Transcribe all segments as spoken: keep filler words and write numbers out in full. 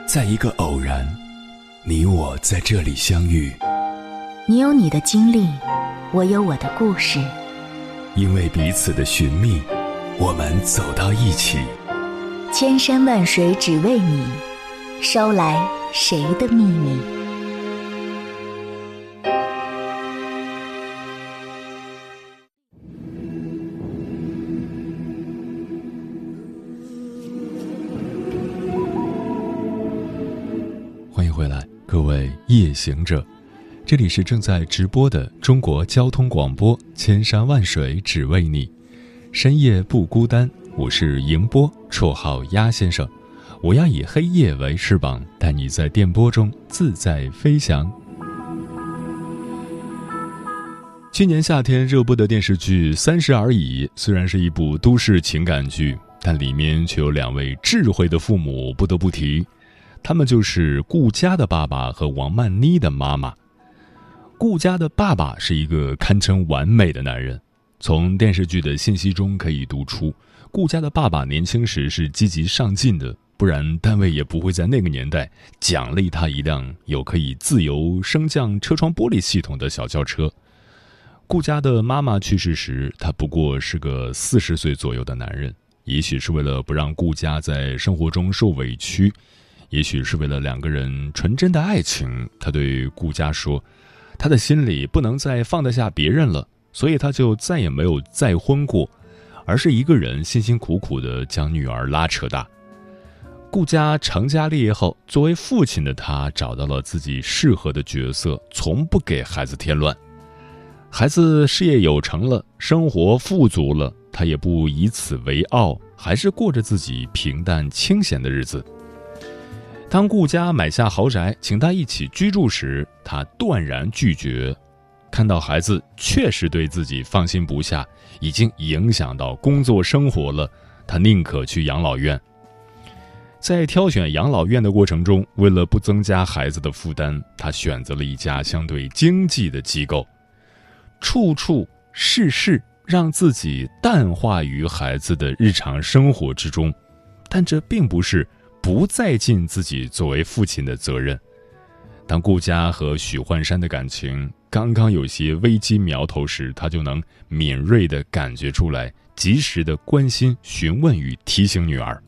在一个偶然，你我在这里相遇。 你有你的经历，我有我的故事。 因为彼此的寻觅，我们走到一起。 千山万水只为你，捎来谁的秘密？ 欢迎回来，各位夜行者，这里是正在直播的中国交通广播，千山万水只为你，深夜不孤单。我是迎波，绰号鸭先生。我要以黑夜为翅膀，带你在电波中自在飞翔。去年夏天热播的电视剧《三十而已》，虽然是一部都市情感剧，但里面却有两位智慧的父母不得不提，他们就是顾佳的爸爸和王曼妮的妈妈。顾佳的爸爸是一个堪称完美的男人，从电视剧的信息中可以读出，顾佳的爸爸年轻时是积极上进的，不然单位也不会在那个年代奖励他一辆有可以自由升降车窗玻璃系统的小轿车。顾佳的妈妈去世时，他不过是个四十岁左右的男人，也许是为了不让顾佳在生活中受委屈，也许是为了两个人纯真的爱情，他对顾佳说，他的心里不能再放得下别人了，所以他就再也没有再婚过，而是一个人辛辛苦苦地将女儿拉扯大。顾佳成家立业后，作为父亲的他找到了自己适合的角色，从不给孩子添乱。孩子事业有成了，生活富足了，他也不以此为傲，还是过着自己平淡清闲的日子。当顾佳买下豪宅请他一起居住时，他断然拒绝。看到孩子确实对自己放心不下，已经影响到工作生活了，他宁可去养老院。在挑选养老院的过程中，为了不增加孩子的负担，他选择了一家相对经济的机构。处处事事让自己淡化于孩子的日常生活之中，但这并不是不再尽自己作为父亲的责任。当顾佳和许幻山的感情刚刚有些危机苗头时，他就能敏锐地感觉出来，及时地关心、询问与提醒女儿。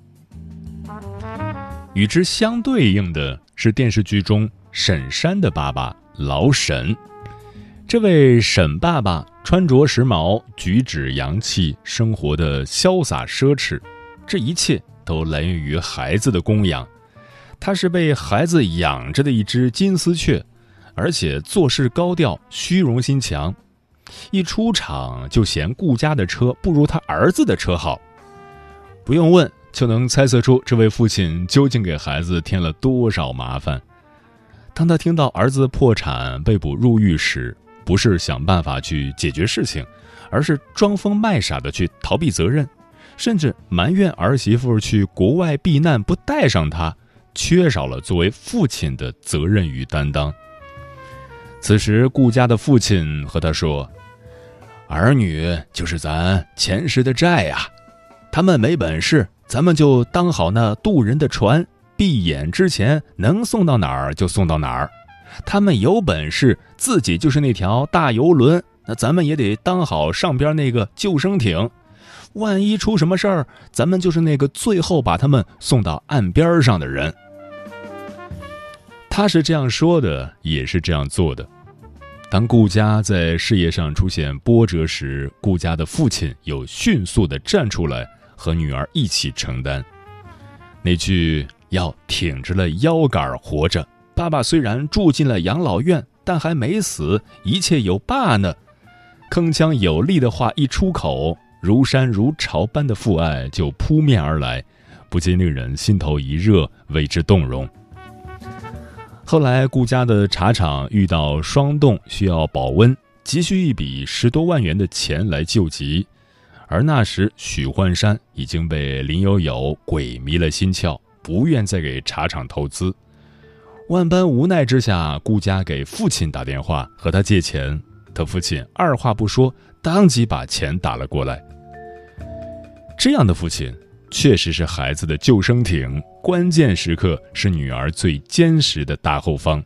与之相对应的是电视剧中沈山的爸爸老沈。这位沈爸爸穿着时髦，举止洋气，生活的潇洒奢侈，这一切都来源于孩子的供养。他是被孩子养着的一只金丝雀，而且做事高调，虚荣心强，一出场就嫌顾佳的车不如他儿子的车好。不用问就能猜测出这位父亲究竟给孩子添了多少麻烦。当他听到儿子破产被捕入狱时，不是想办法去解决事情，而是装疯卖傻的去逃避责任，甚至埋怨儿媳妇去国外避难不带上他，缺少了作为父亲的责任与担当。此时顾佳的父亲和他说，儿女就是咱前世的债呀、啊，他们没本事，咱们就当好那渡人的船，闭眼之前能送到哪儿就送到哪儿。他们有本事，自己就是那条大游轮，那咱们也得当好上边那个救生艇，万一出什么事儿，咱们就是那个最后把他们送到岸边上的人。他是这样说的，也是这样做的。当顾佳在事业上出现波折时，顾佳的父亲又迅速地站出来和女儿一起承担。那句要挺着了腰杆活着，爸爸虽然住进了养老院，但还没死，一切有爸呢。铿锵有力的话一出口，如山如潮般的父爱就扑面而来，不禁令人心头一热，为之动容。后来顾家的茶厂遇到霜冻，需要保温，急需一笔十多万元的钱来救急。而那时许幻山已经被林有有鬼迷了心窍，不愿再给茶厂投资。万般无奈之下，顾家给父亲打电话和他借钱，他父亲二话不说，当即把钱打了过来。这样的父亲确实是孩子的救生艇，关键时刻是女儿最坚实的大后方。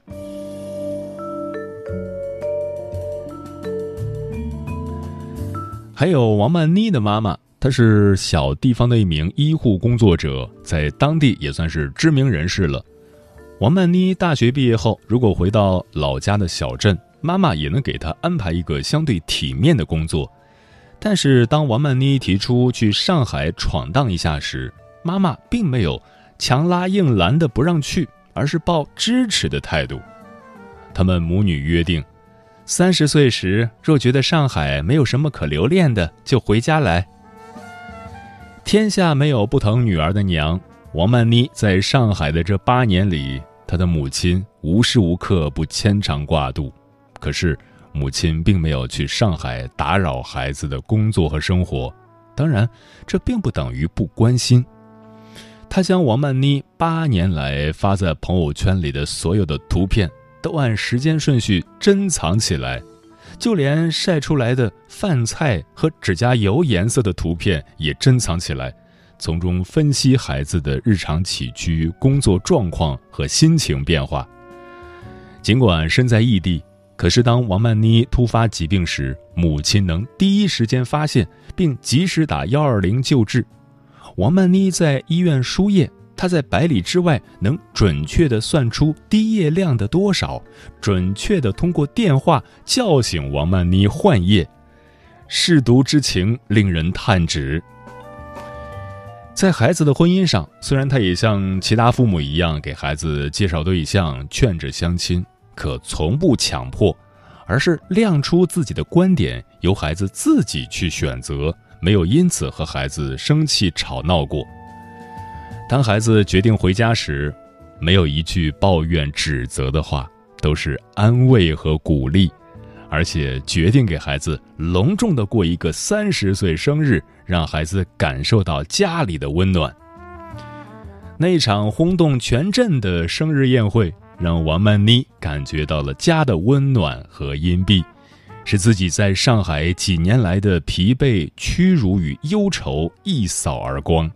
还有王曼妮的妈妈，她是小地方的一名医护工作者，在当地也算是知名人士了。王曼妮大学毕业后，如果回到老家的小镇，妈妈也能给她安排一个相对体面的工作。但是当王曼妮提出去上海闯荡一下时，妈妈并没有强拉硬拦的不让去，而是抱支持的态度。他们母女约定，三十岁时若觉得上海没有什么可留恋的，就回家来。天下没有不疼女儿的娘，王曼妮在上海的这八年里，她的母亲无时无刻不牵肠挂肚。可是母亲并没有去上海打扰孩子的工作和生活，当然这并不等于不关心。她将王曼妮八年来发在朋友圈里的所有的图片都按时间顺序珍藏起来，就连晒出来的饭菜和指甲油颜色的图片也珍藏起来，从中分析孩子的日常起居、工作状况和心情变化。尽管身在异地，可是当王曼妮突发疾病时，母亲能第一时间发现并及时打一二零救治。王曼妮在医院输液，她在百里之外能准确地算出滴液量的多少，准确地通过电话叫醒王曼妮换液。舐犊之情令人叹止。在孩子的婚姻上，虽然她也像其他父母一样给孩子介绍对象、劝着相亲，可从不强迫，而是亮出自己的观点，由孩子自己去选择，没有因此和孩子生气吵闹过。当孩子决定回家时，没有一句抱怨指责的话，都是安慰和鼓励，而且决定给孩子隆重地过一个三十岁生日，让孩子感受到家里的温暖。那场轰动全镇的生日宴会，让王曼妮感觉到了家的温暖和荫蔽，使自己在上海几年来的疲惫、屈辱与忧愁一扫而光。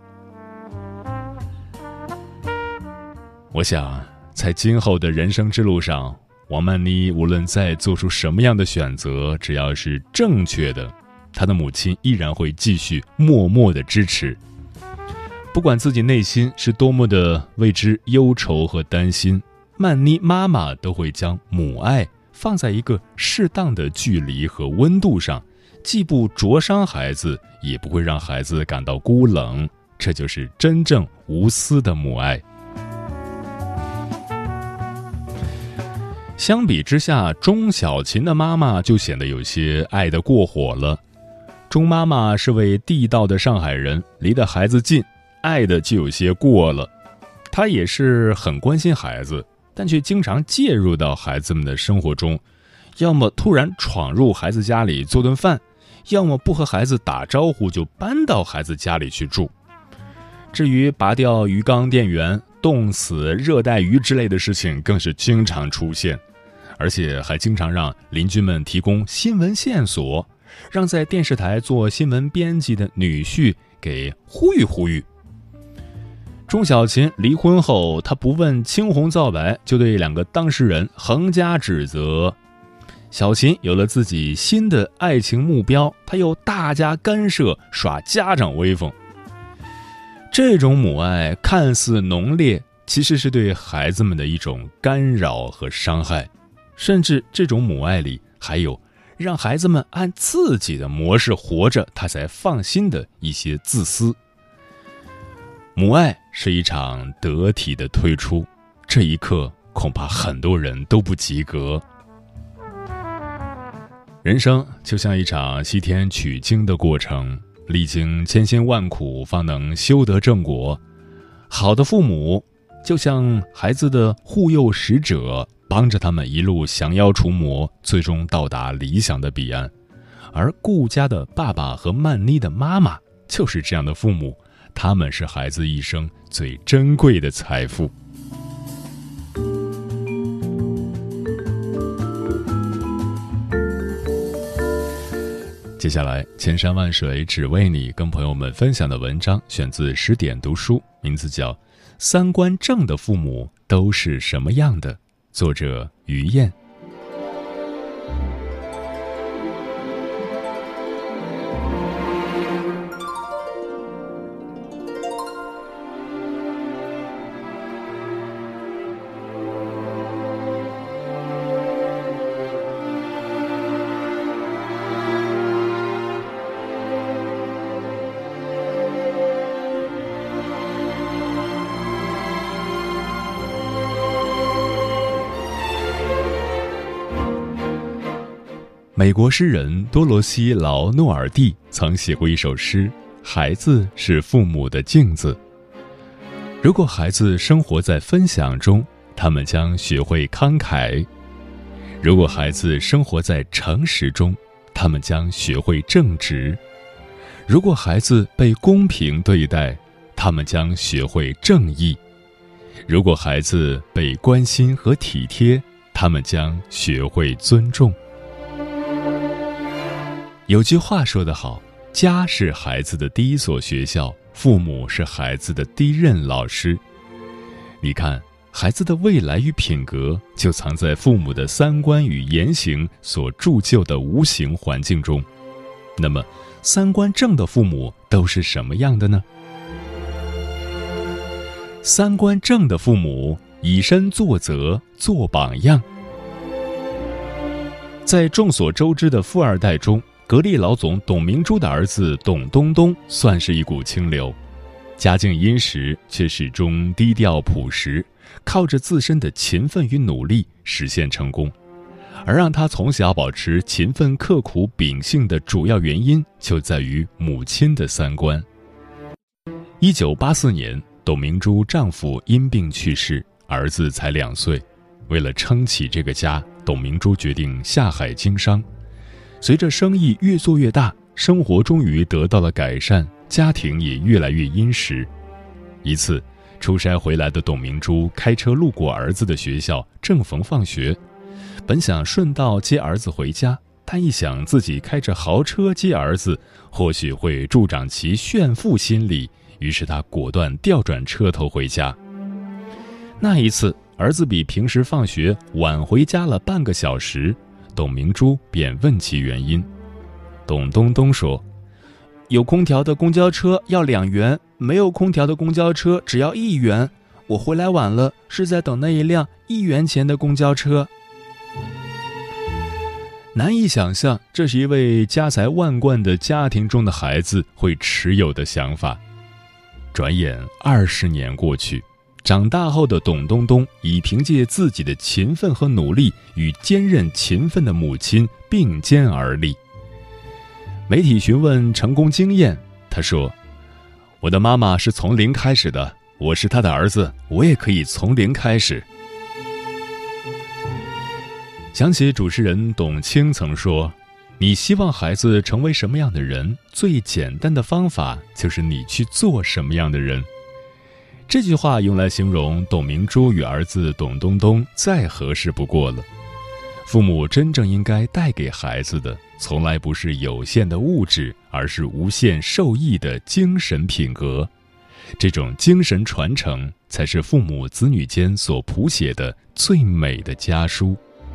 我想，在今后的人生之路上，王曼妮无论再做出什么样的选择，只要是正确的，她的母亲依然会继续默默的支持。不管自己内心是多么的为之忧愁和担心，曼妮妈妈都会将母爱放在一个适当的距离和温度上，既不灼伤孩子，也不会让孩子感到孤冷，这就是真正无私的母爱。相比之下，钟小琴的妈妈就显得有些爱得过火了。钟妈妈是位地道的上海人，离得孩子近，爱的就有些过了。她也是很关心孩子，但却经常介入到孩子们的生活中，要么突然闯入孩子家里做顿饭，要么不和孩子打招呼就搬到孩子家里去住。至于拔掉鱼缸电源、冻死热带鱼之类的事情，更是经常出现，而且还经常让邻居们提供新闻线索，让在电视台做新闻编辑的女婿给呼吁呼吁。钟小琴离婚后，她不问青红皂白，就对两个当事人横加指责。小琴有了自己新的爱情目标，她又大加干涉，耍家长威风。这种母爱看似浓烈，其实是对孩子们的一种干扰和伤害，甚至这种母爱里还有让孩子们按自己的模式活着，他才放心的一些自私。母爱是一场得体的退出，这一刻恐怕很多人都不及格。人生就像一场西天取经的过程，历经千辛万苦方能修得正果。好的父母就像孩子的护佑使者，帮着他们一路降妖除魔，最终到达理想的彼岸。而顾家的爸爸和曼妮的妈妈就是这样的父母，他们是孩子一生最珍贵的财富。 接下来，千山万水只为你跟朋友们分享的文章选自十点读书，名字叫《三观正的父母都是什么样的》，作者于燕。美国诗人多罗西·劳诺尔蒂曾写过一首诗：孩子是父母的镜子。如果孩子生活在分享中，他们将学会慷慨；如果孩子生活在诚实中，他们将学会正直；如果孩子被公平对待，他们将学会正义；如果孩子被关心和体贴，他们将学会尊重。有句话说得好，家是孩子的第一所学校，父母是孩子的第一任老师。你看，孩子的未来与品格就藏在父母的三观与言行所铸就的无形环境中。那么，三观正的父母都是什么样的呢？三观正的父母以身作则，做榜样。在众所周知的富二代中，格力老总董明珠的儿子董东东算是一股清流，家境殷实却始终低调朴实，靠着自身的勤奋与努力实现成功。而让他从小保持勤奋刻苦秉性的主要原因就在于母亲的三观。一九八四年，董明珠丈夫因病去世，儿子才两岁。为了撑起这个家，董明珠决定下海经商。随着生意越做越大，生活终于得到了改善，家庭也越来越殷实。一次，出差回来的董明珠开车路过儿子的学校，正逢放学，本想顺道接儿子回家，但一想自己开着豪车接儿子，或许会助长其炫富心理，于是他果断调转车头回家。那一次，儿子比平时放学晚回家了半个小时，董明珠便问其原因。董东东说，有空调的公交车要两元，没有空调的公交车只要一元，我回来晚了，是在等那一辆一元钱的公交车。难以想象，这是一位家财万贯的家庭中的孩子会持有的想法。转眼二十年过去，长大后的董东东已凭借自己的勤奋和努力与坚韧勤奋的母亲并肩而立。媒体询问成功经验，他说，我的妈妈是从零开始的，我是她的儿子，我也可以从零开始。想起主持人董卿曾说，你希望孩子成为什么样的人，最简单的方法就是你去做什么样的人。这句话用来形容董明珠与儿子董东东再合适不过了。父母真正应该带给孩子的，从来不是有限的物质，而是无限受益的精神品格。这种精神传承，才是父母子女间所谱写的最美的家书。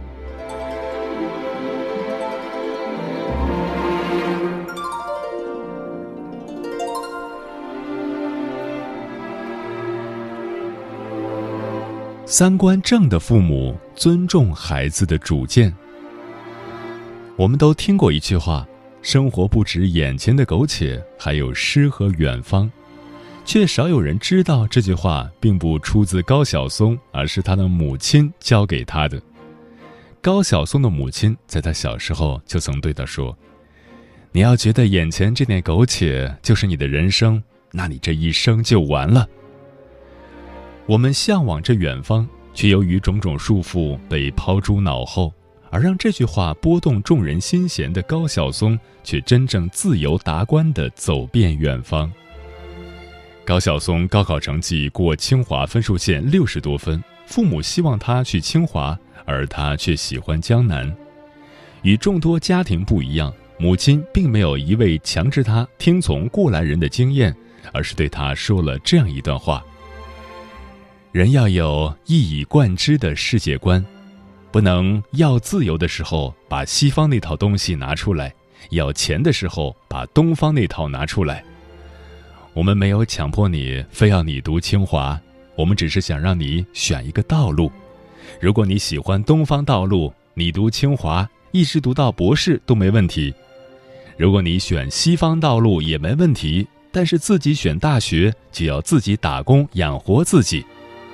三观正的父母尊重孩子的主见。我们都听过一句话，生活不止眼前的苟且，还有诗和远方，却少有人知道这句话并不出自高晓松，而是他的母亲教给他的。高晓松的母亲在他小时候就曾对他说，你要觉得眼前这点苟且就是你的人生，那你这一生就完了。我们向往着远方，却由于种种束缚被抛诸脑后，而让这句话拨动众人心弦的高晓松，却真正自由达观地走遍远方。高晓松高考成绩过清华分数线六十多分，父母希望他去清华，而他却喜欢江南。与众多家庭不一样， 母亲并没有一味强制他听从过来人的经验，而是对他说了这样一段话：人要有一以贯之的世界观，不能要自由的时候把西方那套东西拿出来，要钱的时候把东方那套拿出来。我们没有强迫你非要你读清华，我们只是想让你选一个道路。如果你喜欢东方道路，你读清华一直读到博士都没问题。如果你选西方道路也没问题，但是自己选大学就要自己打工养活自己。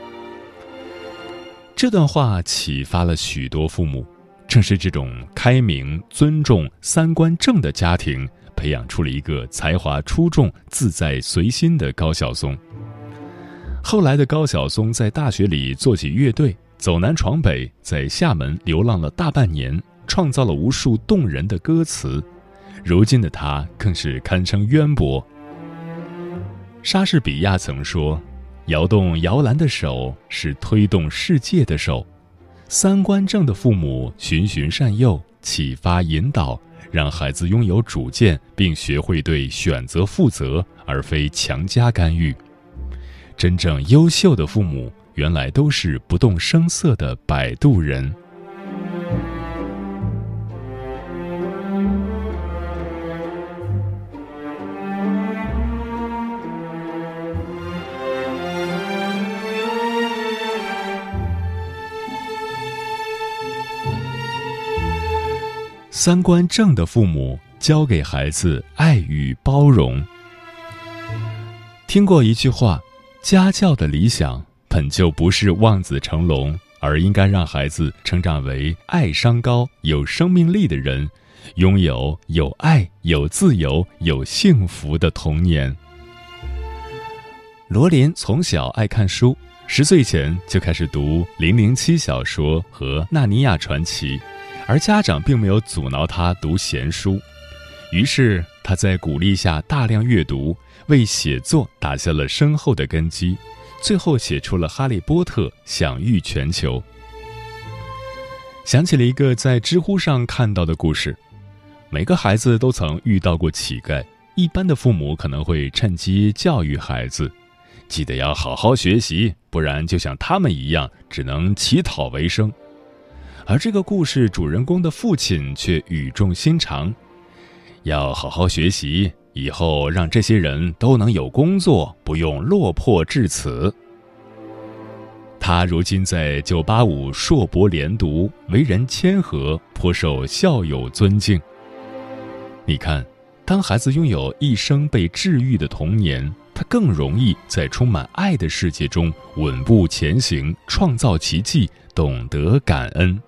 这段话启发了许多父母，正是这种开明、尊重、三观正的家庭，培养出了一个才华出众、自在随心的高晓松。后来的高晓松在大学里做起乐队，走南闯北，在厦门流浪了大半年，创造了无数动人的歌词。如今的他更是堪称渊博。莎士比亚曾说，摇动摇篮的手是推动世界的手。三观正的父母循循善诱，启发引导，让孩子拥有主见，并学会对选择负责，而非强加干预。真正优秀的父母原来都是不动声色的摆渡人。三观正的父母教给孩子爱与包容。听过一句话，家教的理想本就不是望子成龙，而应该让孩子成长为爱商高、有生命力的人，拥有有爱、有自由、有幸福的童年。罗琳从小爱看书，十岁前就开始读零零七小说和纳尼亚传奇，而家长并没有阻挠他读闲书，于是他在鼓励下大量阅读，为写作打下了深厚的根基，最后写出了《哈利波特》，享誉全球。想起了一个在知乎上看到的故事，每个孩子都曾遇到过乞丐，一般的父母可能会趁机教育孩子，记得要好好学习，不然就像他们一样，只能乞讨为生。而这个故事主人公的父亲却语重心长，要好好学习，以后让这些人都能有工作，不用落魄至此。他如今在九八五硕博连读，为人谦和，颇受校友尊敬。你看，当孩子拥有一生被治愈的童年，他更容易在充满爱的世界中稳步前行，创造奇迹，懂得感恩。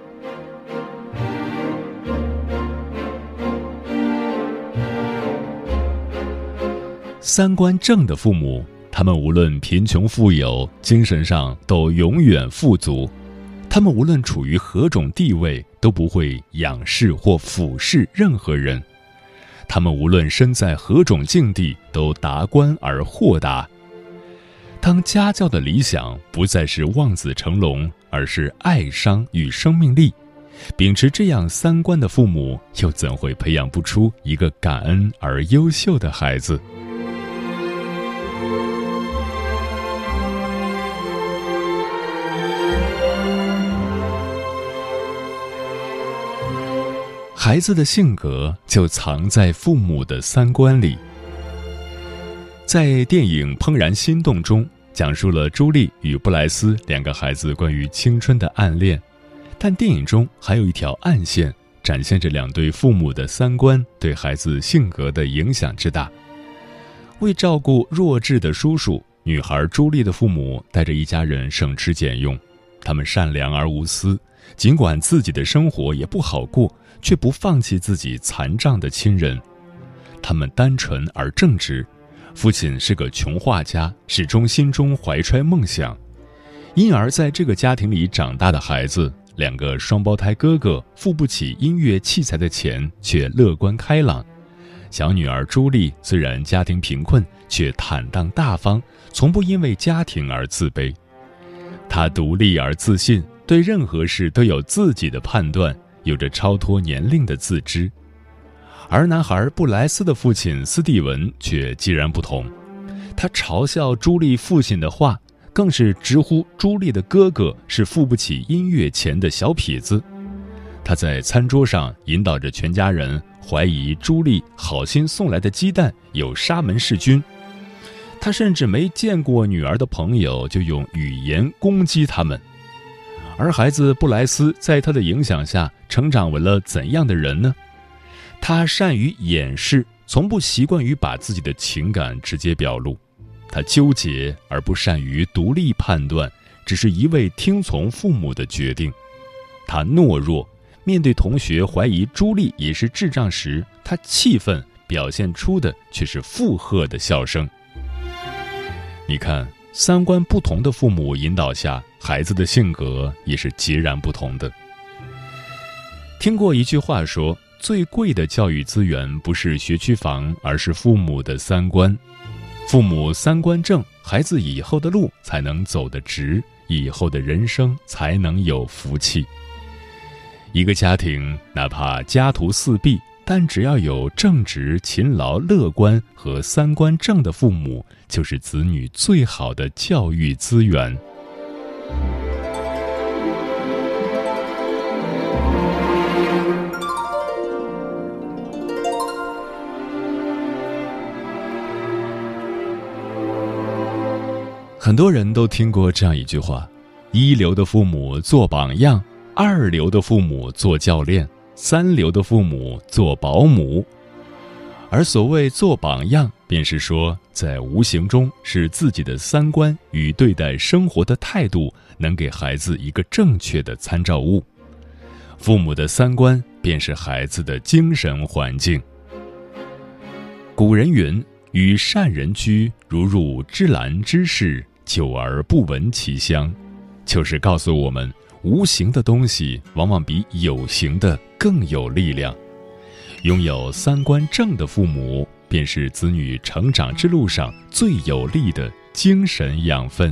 三观正的父母，他们无论贫穷富有，精神上都永远富足。他们无论处于何种地位，都不会仰视或俯视任何人。他们无论身在何种境地，都达观而豁达。当家教的理想不再是望子成龙，而是爱商与生命力，秉持这样三观的父母，又怎会培养不出一个感恩而优秀的孩子？孩子的性格就藏在父母的三观里。在电影《怦然心动》中，讲述了朱莉与布莱斯两个孩子关于青春的暗恋，但电影中还有一条暗线，展现着两对父母的三观对孩子性格的影响之大。为照顾弱智的叔叔，女孩朱莉的父母带着一家人省吃俭用，他们善良而无私，尽管自己的生活也不好过，却不放弃自己残障的亲人。他们单纯而正直，父亲是个穷画家，始终心中怀揣梦想。因而在这个家庭里长大的孩子，两个双胞胎哥哥付不起音乐器材的钱，却乐观开朗。小女儿朱莉虽然家庭贫困，却坦荡大方，从不因为家庭而自卑。她独立而自信，对任何事都有自己的判断，有着超脱年龄的自知。 而男孩布莱斯的父亲斯蒂文却截然不同，他嘲笑朱莉父亲的话，更是直呼朱莉的哥哥是付不起音乐钱的小痞子。他在餐桌上引导着全家人怀疑朱莉好心送来的鸡蛋有沙门氏菌。他甚至没见过女儿的朋友就用语言攻击他们。而孩子布莱斯在他的影响下成长为了怎样的人呢？他善于掩饰，从不习惯于把自己的情感直接表露。他纠结而不善于独立判断，只是一味听从父母的决定。他懦弱，面对同学怀疑朱莉也是智障时，他气愤，表现出的却是附和的笑声。你看，三观不同的父母引导下，孩子的性格也是截然不同的。听过一句话说，最贵的教育资源不是学区房，而是父母的三观。父母三观正，孩子以后的路才能走得直，以后的人生才能有福气。一个家庭哪怕家徒四壁，但只要有正直、勤劳、乐观和三观正的父母，就是子女最好的教育资源。很多人都听过这样一句话：一流的父母做榜样，二流的父母做教练，三流的父母做保姆。而所谓做榜样，便是说在无形中使自己的三观与对待生活的态度能给孩子一个正确的参照物。父母的三观便是孩子的精神环境。古人云：与善人居，如入芝兰之室，久而不闻其香。就是告诉我们，无形的东西往往比有形的更有力量。拥有三观正的父母，便是子女成长之路上最有力的精神养分。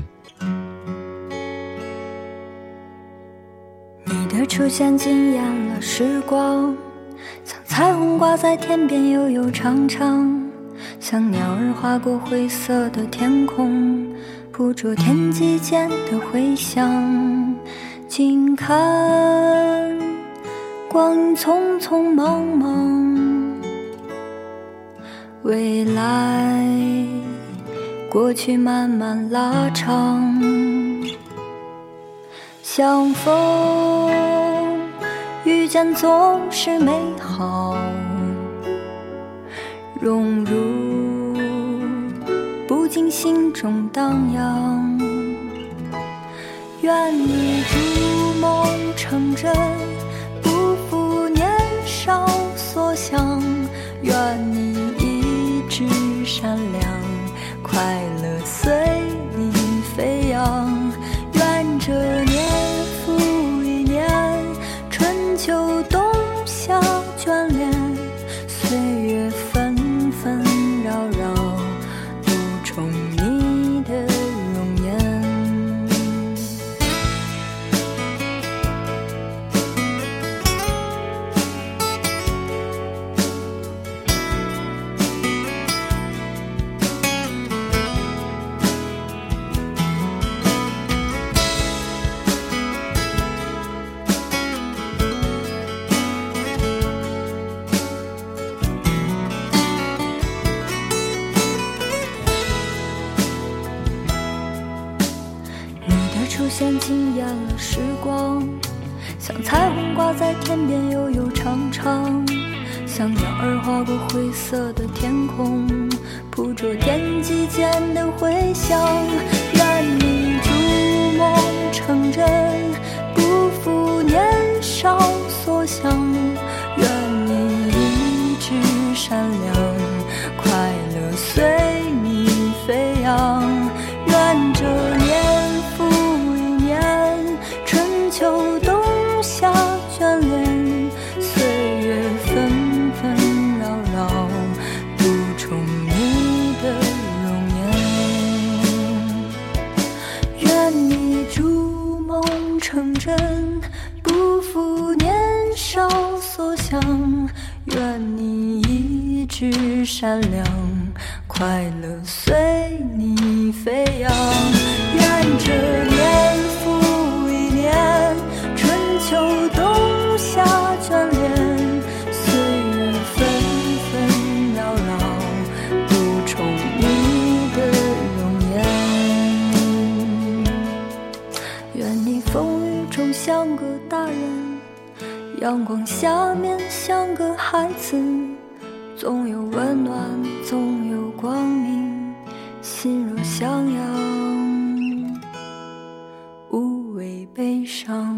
你的出现惊艳了时光，像彩虹挂在天边悠悠长长，像鸟儿划过灰色的天空，捕捉天际间的回响。静看光阴匆匆忙忙，未来过去慢慢拉长。相逢遇见总是美好，融入不禁心中荡漾。愿你逐梦成真，不负年少所想。愿你一直善良，快乐随你飞扬。愿这年复一年，春秋冬夏眷恋，岁月纷纷扰扰，独宠你的容颜。出现惊艳了时光，像彩虹挂在天边悠悠长长，像鸟儿划过灰色的天空，捕捉天际间的回响。愿你逐梦成真，不负年少所想。愿你一直善良，快乐随你飞扬。愿这年秋冬夏眷恋，岁月纷纷扰扰，独宠你的容颜。愿你逐梦成真，不负年少所想。 愿你一直善良，快乐随你飞扬。愿这年复一年，春秋冬夏眷恋，岁月纷纷扰扰，不重你的容颜。愿你风雨中像个大人，阳光下面像个孩子，总有温暖，总有光明，心若向阳，无畏悲伤。